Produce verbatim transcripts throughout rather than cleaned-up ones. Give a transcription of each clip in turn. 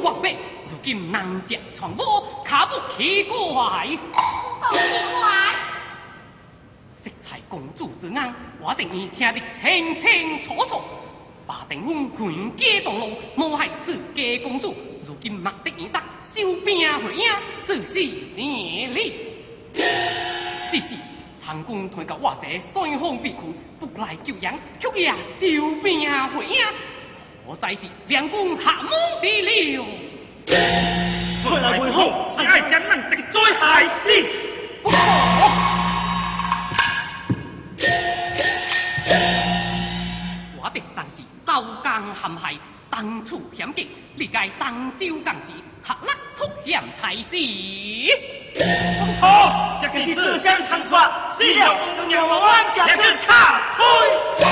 王辈，如今人杰传武，卡不奇怪。 不奇怪。 色彩公主之案，我定已听得清清楚楚。巴定阮全家动怒，谋害自家公主，如今目的已达，收兵回营，自是善理。只是唐公推到我这西方避区，不来救援，却也收兵回营，可在是两军下马的了。 再来回复，是爱将咱这个灾害死。 不可！我定当是刀光陷害，当处险境，你该当州降职，合力突险才是。 错，这是自相残杀，死了就让我们将这卡推。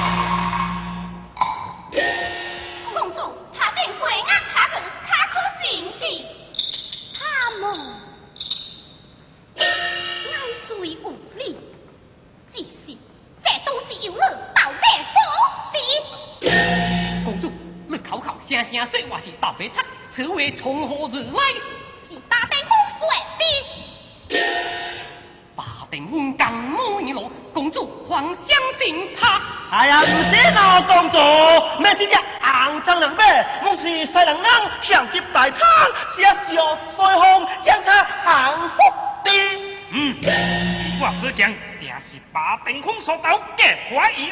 公主，他定回押他人，他可行的。他们爱虽无理，只是这都是由你倒背所的。 公主，你口口声声说我是盗白贼，此话从何而来？ 是大地风说的。 巴定阮刚某一路，公主还相信他？ 哎呀，唔是咯，公主，咩是只肮脏人咩？我是西人人想接大汤，是啊是哦，西方将他幸福的。嗯，我所讲，定是巴定风所导结怀疑人。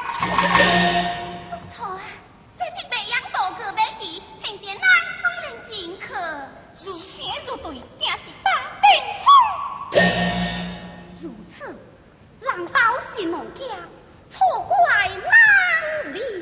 不错啊，这是白羊道个美仪，听见咱总能进去，如天如对，定是巴定风。如此，人道是农家，错怪难了。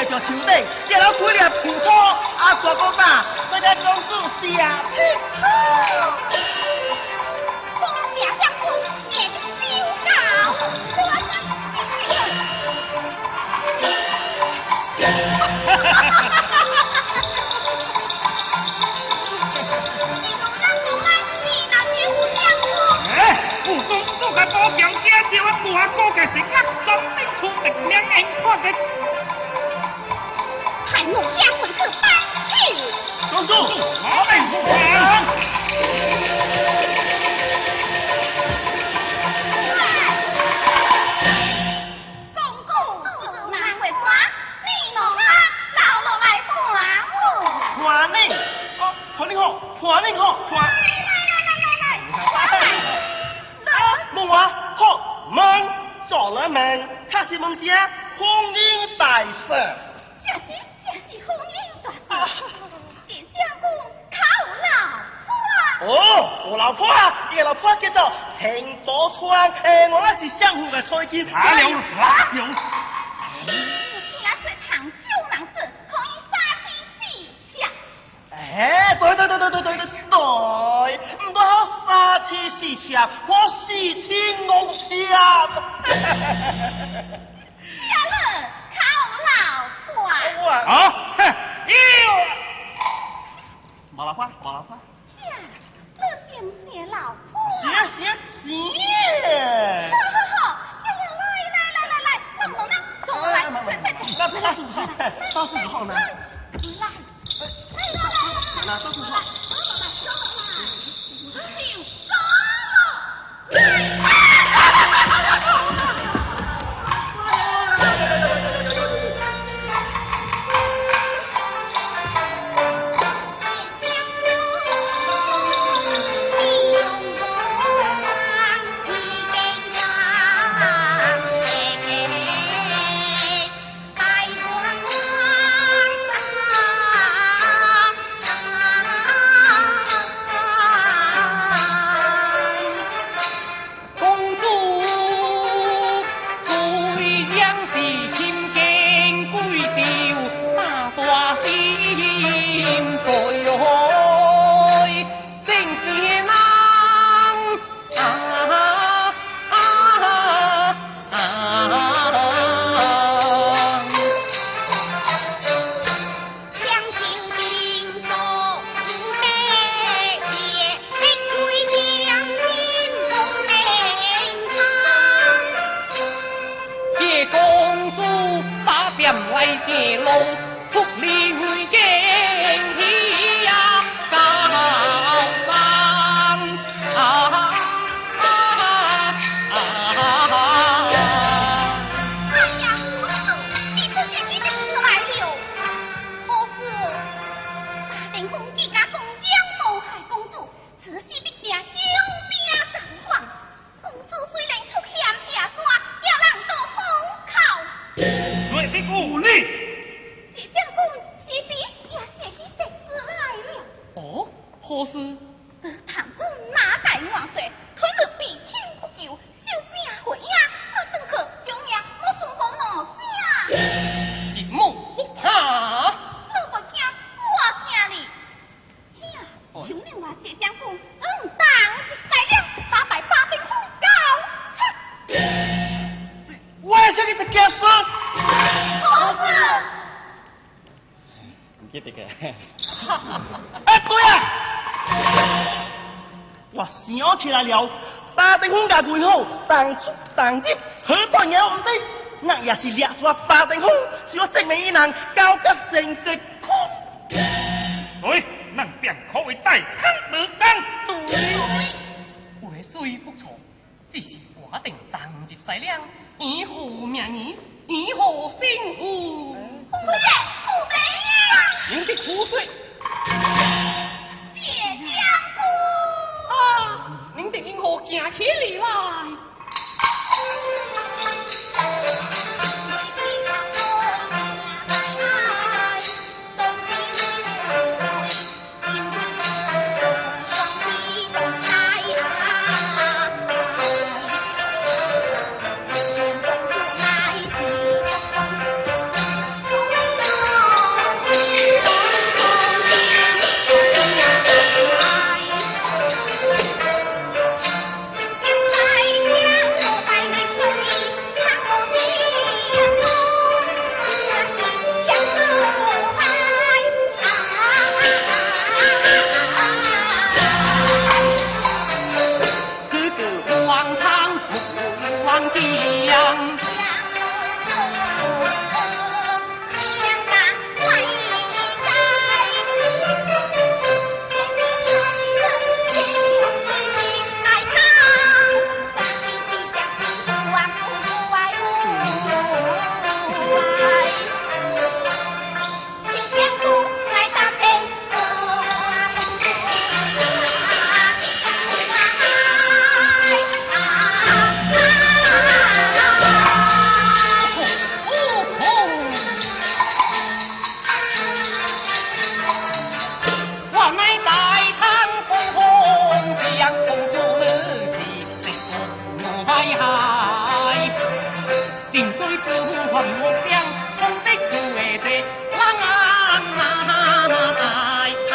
着树顶，一路开了皮草，啊大哥爸，快点公主下皮草。 公下相公，也就休告，我真武功做个多强家就啊大哥嘅成啊，真的出力两眼看嘅。 太木家回去搬去。 公主， 我们不管。 公主难为我，你弄啊，老落来看我。 看你，哦，看你好，看你好，看。问我好门做了门，他是门家婚姻大事。 这是这是婚姻大事，是相公靠老婆。 哦，我老婆啊，伊个老婆叫做平宝川，诶，我那是相互的吹金。 哪了哪了？ 听说唐州人子可以杀气四枪。 诶，对对对对对对对对，唔多好杀气四枪，我四千五枪。 呀了，靠老婆。 啊，哼，哟， 冇老婆，冇老婆。 呀，你是唔是老婆？ 是啊是啊是。 好好好，呀呀，来来来来来，弄弄弄，走来，快快快， 那那是好，倒是好呢。 来来来来来， 那倒是好。哎，对啊，我想起来了，八丁风甲贵好，当出当入，好多年唔知，那也是掠出八丁风，是我证明伊人高级成绩苦。 对，咱便可谓大康无刚。 对， 话虽不错，只是我定当入西凉，以后名义，以后生活。 夫人，夫人呀！ 您的苦水。 谢将军啊，您的因何行起嚟来？ 来红木香，红的就会这郎啊！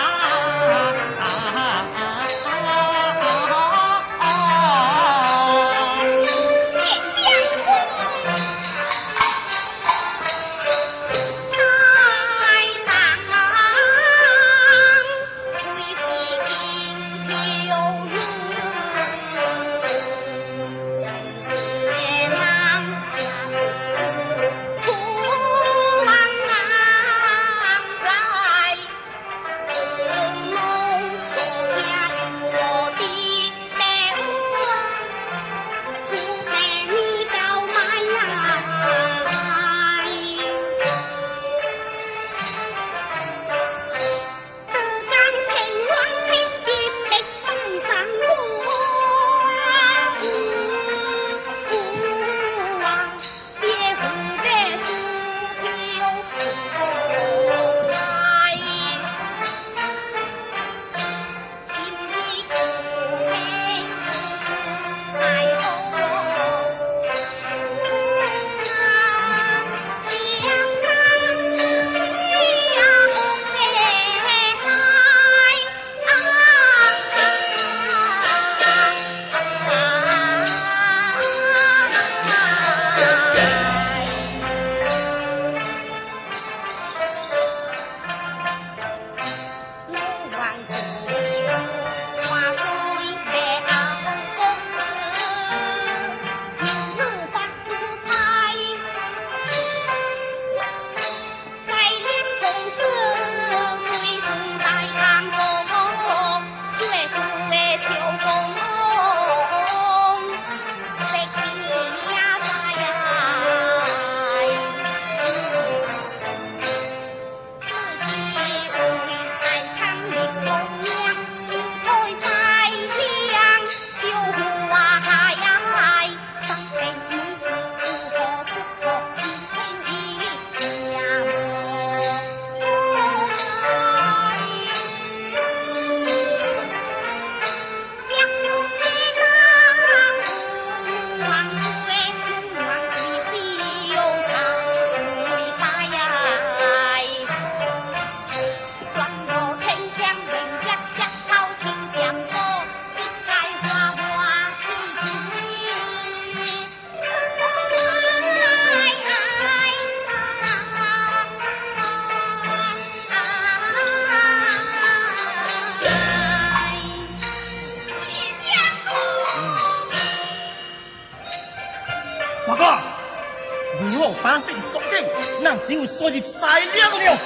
大哥，如何反省作证，那只有说入晒了了。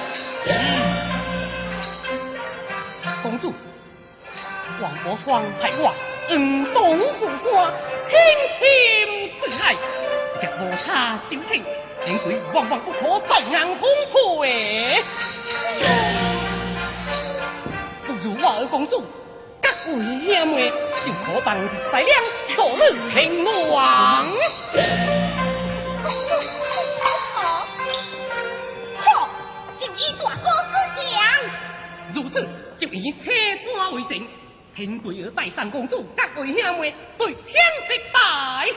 公主，王伯川派我恩东助山，轻轻自爱，若无他小情，应对万万不可在硬恐怖诶。不如我儿公主，各位兄妹，就可当日晒亮，昨日平王。 好，就以大哥之讲。 如此，就以车山为证，天贵儿代当公主，各位兄妹对天色拜。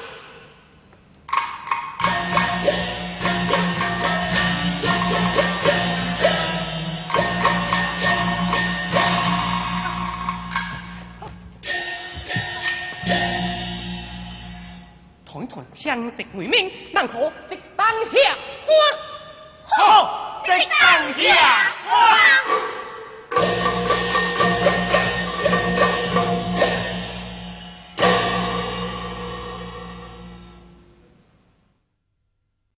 团团天色为明，能可直登下山。 好，直登下